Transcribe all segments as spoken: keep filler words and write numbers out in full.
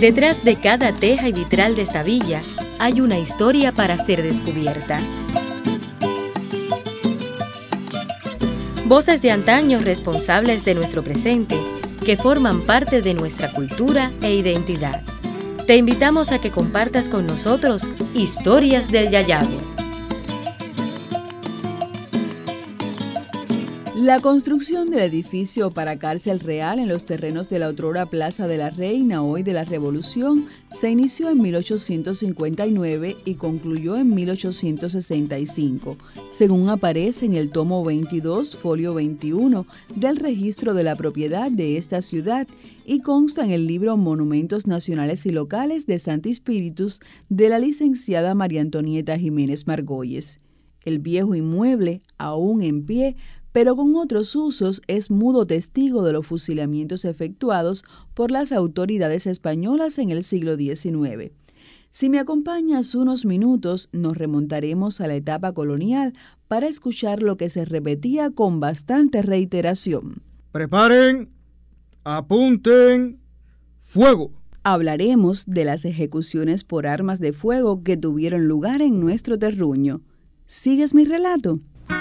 Detrás de cada teja y vitral de esta villa hay una historia para ser descubierta. Voces de antaño responsables de nuestro presente, que forman parte de nuestra cultura e identidad. Te invitamos a que compartas con nosotros Historias del Yayabo. La construcción del edificio para cárcel real en los terrenos de la otrora Plaza de la Reina, hoy de la Revolución, se inició en mil ochocientos cincuenta y nueve y concluyó en mil ochocientos sesenta y cinco, según aparece en el tomo veintidós, folio veintiuno, del registro de la propiedad de esta ciudad y consta en el libro Monumentos Nacionales y Locales de Santi Spíritus de la licenciada María Antonieta Jiménez Margolles. El viejo inmueble, aún en pie, pero con otros usos, es mudo testigo de los fusilamientos efectuados por las autoridades españolas en el siglo diecinueve. Si me acompañas unos minutos, nos remontaremos a la etapa colonial para escuchar lo que se repetía con bastante reiteración. Preparen, apunten, fuego. Hablaremos de las ejecuciones por armas de fuego que tuvieron lugar en nuestro terruño. ¿Sigues mi relato?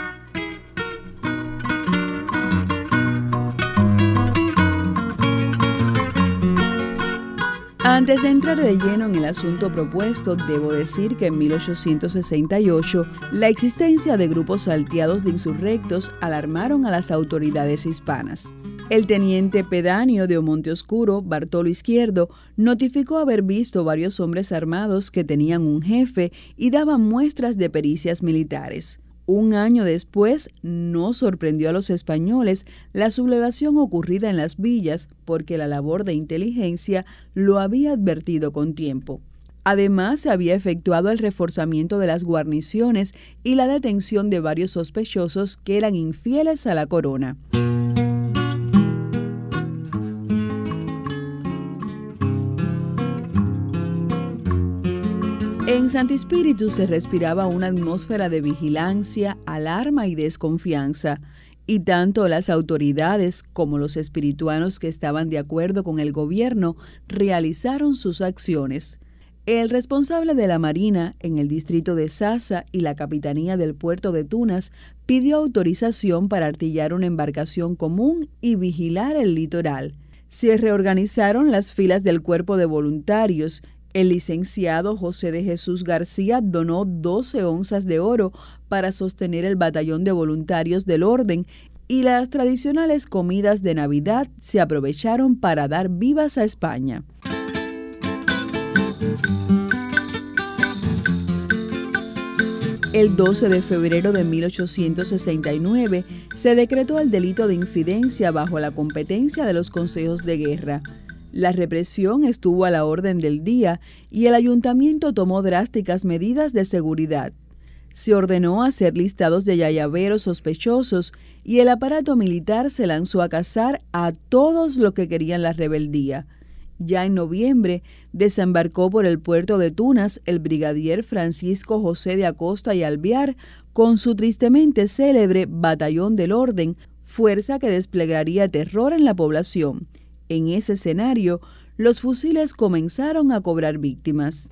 Antes de entrar de lleno en el asunto propuesto, debo decir que en mil ochocientos sesenta y ocho la existencia de grupos salteados de insurrectos alarmaron a las autoridades hispanas. El teniente pedáneo de Omonte Oscuro, Bartolo Izquierdo, notificó haber visto varios hombres armados que tenían un jefe y daban muestras de pericias militares. Un año después, no sorprendió a los españoles la sublevación ocurrida en las villas porque la labor de inteligencia lo había advertido con tiempo. Además, se había efectuado el reforzamiento de las guarniciones y la detención de varios sospechosos que eran infieles a la corona. En Santi Spíritus se respiraba una atmósfera de vigilancia, alarma y desconfianza, y tanto las autoridades como los espirituanos que estaban de acuerdo con el gobierno realizaron sus acciones. El responsable de la Marina en el distrito de Sasa y la Capitanía del puerto de Tunas pidió autorización para artillar una embarcación común y vigilar el litoral. Se reorganizaron las filas del cuerpo de voluntarios. El licenciado José de Jesús García donó doce onzas de oro para sostener el batallón de voluntarios del orden y las tradicionales comidas de Navidad se aprovecharon para dar vivas a España. El doce de febrero de mil ochocientos sesenta y nueve se decretó el delito de infidencia bajo la competencia de los consejos de guerra. La represión estuvo a la orden del día y el ayuntamiento tomó drásticas medidas de seguridad. Se ordenó hacer listados de yayaberos sospechosos y el aparato militar se lanzó a cazar a todos los que querían la rebeldía. Ya en noviembre desembarcó por el puerto de Tunas el brigadier Francisco José de Acosta y Alvear con su tristemente célebre Batallón del Orden, fuerza que desplegaría terror en la población. En ese escenario, los fusiles comenzaron a cobrar víctimas.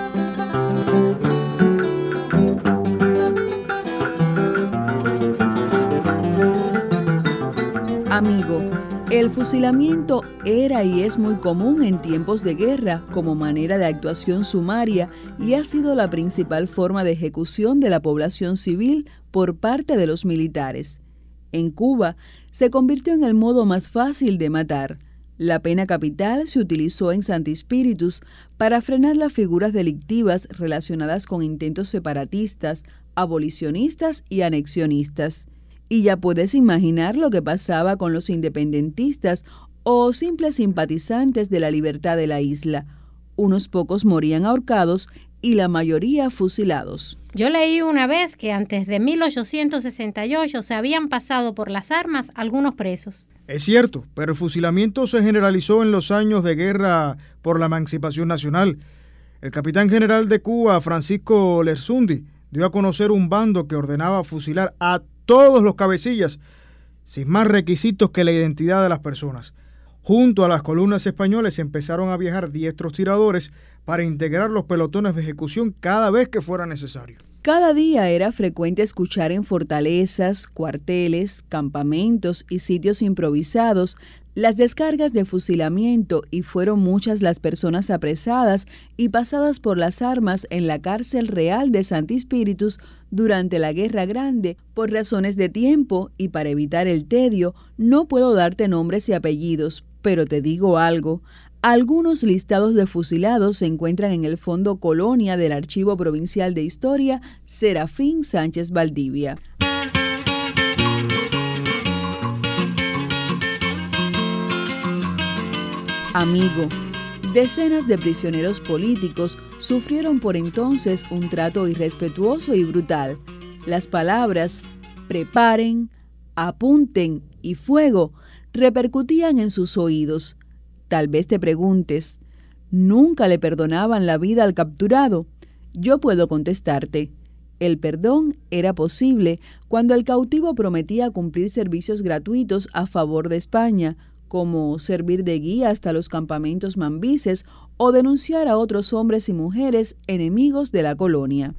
Amigo, el fusilamiento era y es muy común en tiempos de guerra como manera de actuación sumaria y ha sido la principal forma de ejecución de la población civil por parte de los militares. En Cuba, se convirtió en el modo más fácil de matar. La pena capital se utilizó en Santi Spíritus para frenar las figuras delictivas relacionadas con intentos separatistas, abolicionistas y anexionistas. Y ya puedes imaginar lo que pasaba con los independentistas o simples simpatizantes de la libertad de la isla. Unos pocos morían ahorcados y la mayoría fusilados. Yo leí una vez que antes de mil ochocientos sesenta y ocho se habían pasado por las armas algunos presos. Es cierto, pero el fusilamiento se generalizó en los años de guerra por la emancipación nacional. El capitán general de Cuba, Francisco Lersundi, dio a conocer un bando que ordenaba fusilar a todos los cabecillas, sin más requisitos que la identidad de las personas. Junto a las columnas españolas empezaron a viajar diestros tiradores para integrar los pelotones de ejecución cada vez que fuera necesario. Cada día era frecuente escuchar en fortalezas, cuarteles, campamentos y sitios improvisados las descargas de fusilamiento, y fueron muchas las personas apresadas y pasadas por las armas en la cárcel real de Santi Spíritus durante la Guerra Grande. Por razones de tiempo y para evitar el tedio, no puedo darte nombres y apellidos, pero te digo algo. Algunos listados de fusilados se encuentran en el Fondo Colonia del Archivo Provincial de Historia Serafín Sánchez Valdivia. Amigo, decenas de prisioneros políticos sufrieron por entonces un trato irrespetuoso y brutal. Las palabras "preparen", "apunten" y "fuego" repercutían en sus oídos. Tal vez te preguntes, ¿nunca le perdonaban la vida al capturado? Yo puedo contestarte. El perdón era posible cuando el cautivo prometía cumplir servicios gratuitos a favor de España, como servir de guía hasta los campamentos mambises o denunciar a otros hombres y mujeres enemigos de la colonia.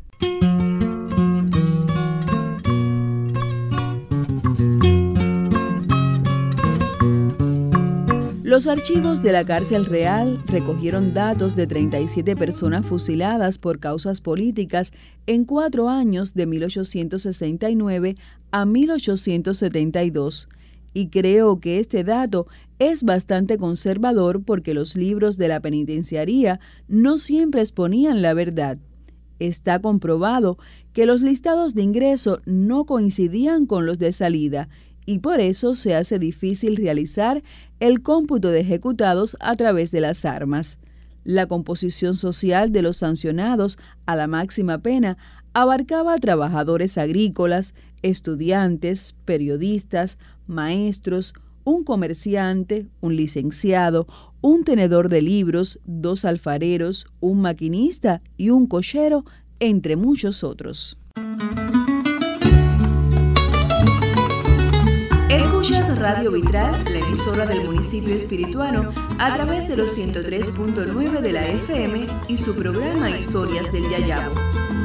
Los archivos de la cárcel real recogieron datos de treinta y siete personas fusiladas por causas políticas en cuatro años de mil ochocientos sesenta y nueve a mil ochocientos setenta y dos. Y creo que este dato es bastante conservador porque los libros de la penitenciaría no siempre exponían la verdad. Está comprobado que los listados de ingreso no coincidían con los de salida y por eso se hace difícil realizar el cómputo de ejecutados a través de las armas. La composición social de los sancionados a la máxima pena abarcaba a trabajadores agrícolas, estudiantes, periodistas, maestros, un comerciante, un licenciado, un tenedor de libros, dos alfareros, un maquinista y un cochero, entre muchos otros. Escuchas Radio Vitral, la emisora del municipio espirituano, a través de los ciento tres punto nueve de la F M y su programa Historias del Yayabo.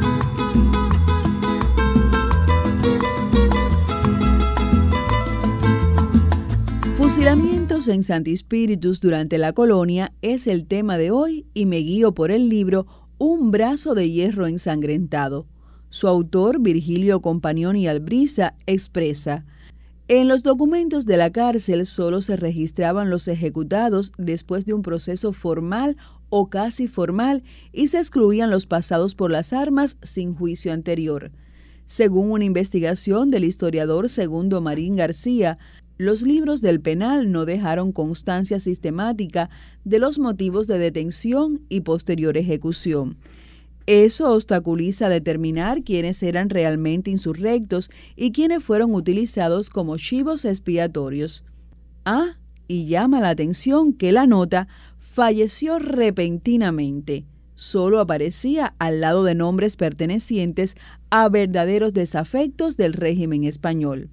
Fusilamientos en Santi Spíritus durante la colonia es el tema de hoy y me guío por el libro Un brazo de hierro ensangrentado. Su autor, Virgilio Compagnoni Albrisa, expresa: en los documentos de la cárcel solo se registraban los ejecutados después de un proceso formal o casi formal y se excluían los pasados por las armas sin juicio anterior. Según una investigación del historiador Segundo Marín García, los libros del penal no dejaron constancia sistemática de los motivos de detención y posterior ejecución. Eso obstaculiza determinar quiénes eran realmente insurrectos y quiénes fueron utilizados como chivos expiatorios. Ah, y llama la atención que la nota falleció repentinamente. Solo aparecía al lado de nombres pertenecientes a verdaderos desafectos del régimen español.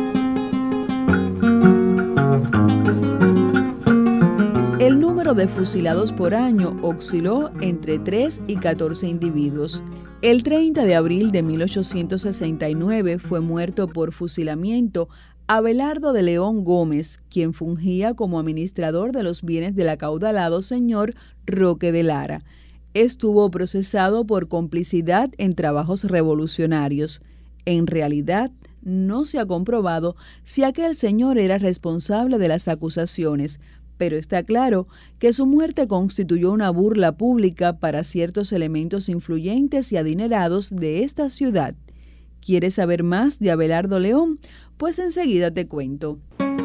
El número de fusilados por año osciló entre tres y catorce individuos. El treinta de abril de mil ochocientos sesenta y nueve fue muerto por fusilamiento Abelardo de León Gómez, quien fungía como administrador de los bienes del acaudalado señor Roque de Lara. Estuvo procesado por complicidad en trabajos revolucionarios. En realidad, no se ha comprobado si aquel señor era responsable de las acusaciones, pero está claro que su muerte constituyó una burla pública para ciertos elementos influyentes y adinerados de esta ciudad. ¿Quieres saber más de Abelardo León? Pues enseguida te cuento.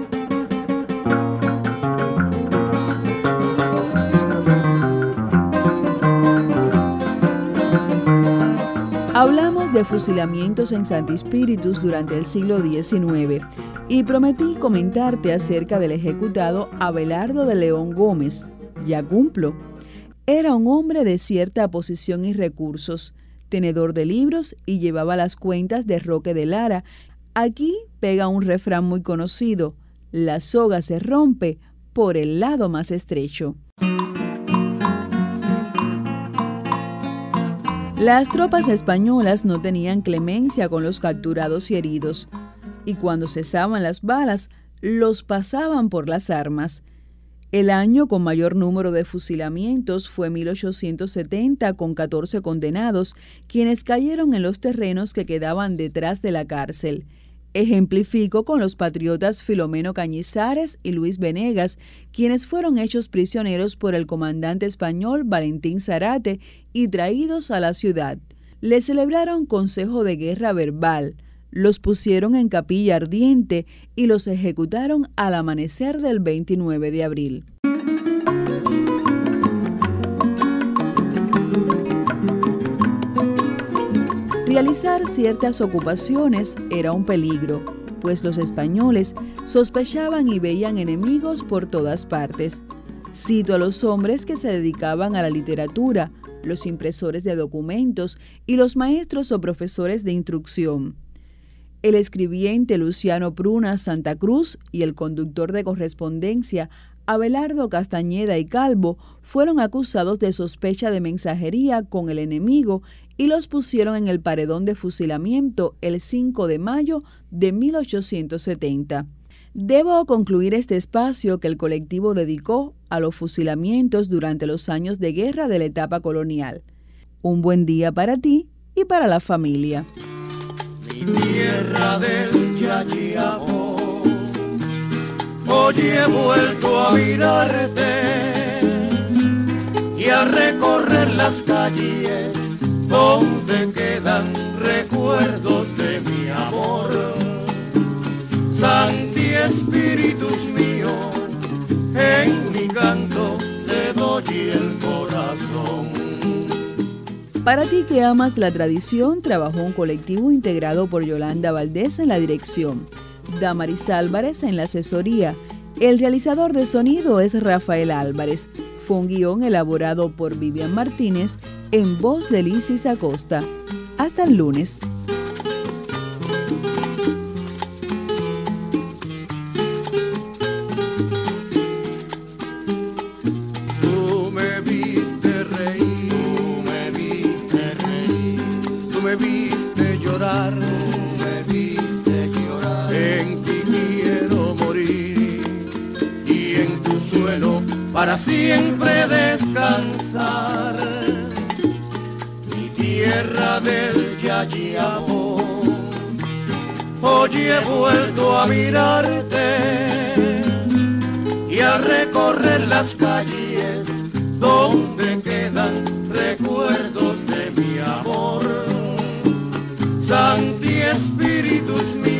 Hablamos de fusilamientos en Santi Spíritus durante el siglo diecinueve y prometí comentarte acerca del ejecutado Abelardo de León Gómez. Ya cumplo. Era un hombre de cierta posición y recursos, tenedor de libros y llevaba las cuentas de Roque de Lara. Aquí pega un refrán muy conocido: la soga se rompe, por el lado más estrecho. Las tropas españolas no tenían clemencia con los capturados y heridos, y cuando cesaban las balas, los pasaban por las armas. El año con mayor número de fusilamientos fue mil ochocientos setenta, con catorce condenados, quienes cayeron en los terrenos que quedaban detrás de la cárcel. Ejemplifico con los patriotas Filomeno Cañizares y Luis Venegas, quienes fueron hechos prisioneros por el comandante español Valentín Zárate y traídos a la ciudad. Les celebraron consejo de guerra verbal, los pusieron en capilla ardiente y los ejecutaron al amanecer del veintinueve de abril. Realizar ciertas ocupaciones era un peligro, pues los españoles sospechaban y veían enemigos por todas partes. Cito a los hombres que se dedicaban a la literatura, los impresores de documentos y los maestros o profesores de instrucción. El escribiente Luciano Pruna Santa Cruz y el conductor de correspondencia Abelardo Castañeda y Calvo fueron acusados de sospecha de mensajería con el enemigo y los pusieron en el paredón de fusilamiento el cinco de mayo de mil ochocientos setenta. Debo concluir este espacio que el colectivo dedicó a los fusilamientos durante los años de guerra de la etapa colonial. Un buen día para ti y para la familia. Mi tierra del Yayiabo, hoy he vuelto a mirarte y a recorrer las calles donde quedan recuerdos de mi amor. Santi Espíritus mío, en mi canto te doy el corazón. Para ti que amas la tradición, trabajó un colectivo integrado por Yolanda Valdés en la dirección, Damaris Álvarez en la asesoría. El realizador de sonido es Rafael Álvarez. Fue un guión elaborado por Vivian Martínez en voz de Lisis Acosta. Hasta el lunes. Tú me viste reír, tú me viste reír, tú me viste llorar, tú me viste llorar. En ti quiero morir y en tu suelo para siempre descansar. Mi tierra del Yayiabo, hoy he vuelto a mirarte y a recorrer las calles donde quedan recuerdos de mi amor. Santi Espíritus mío,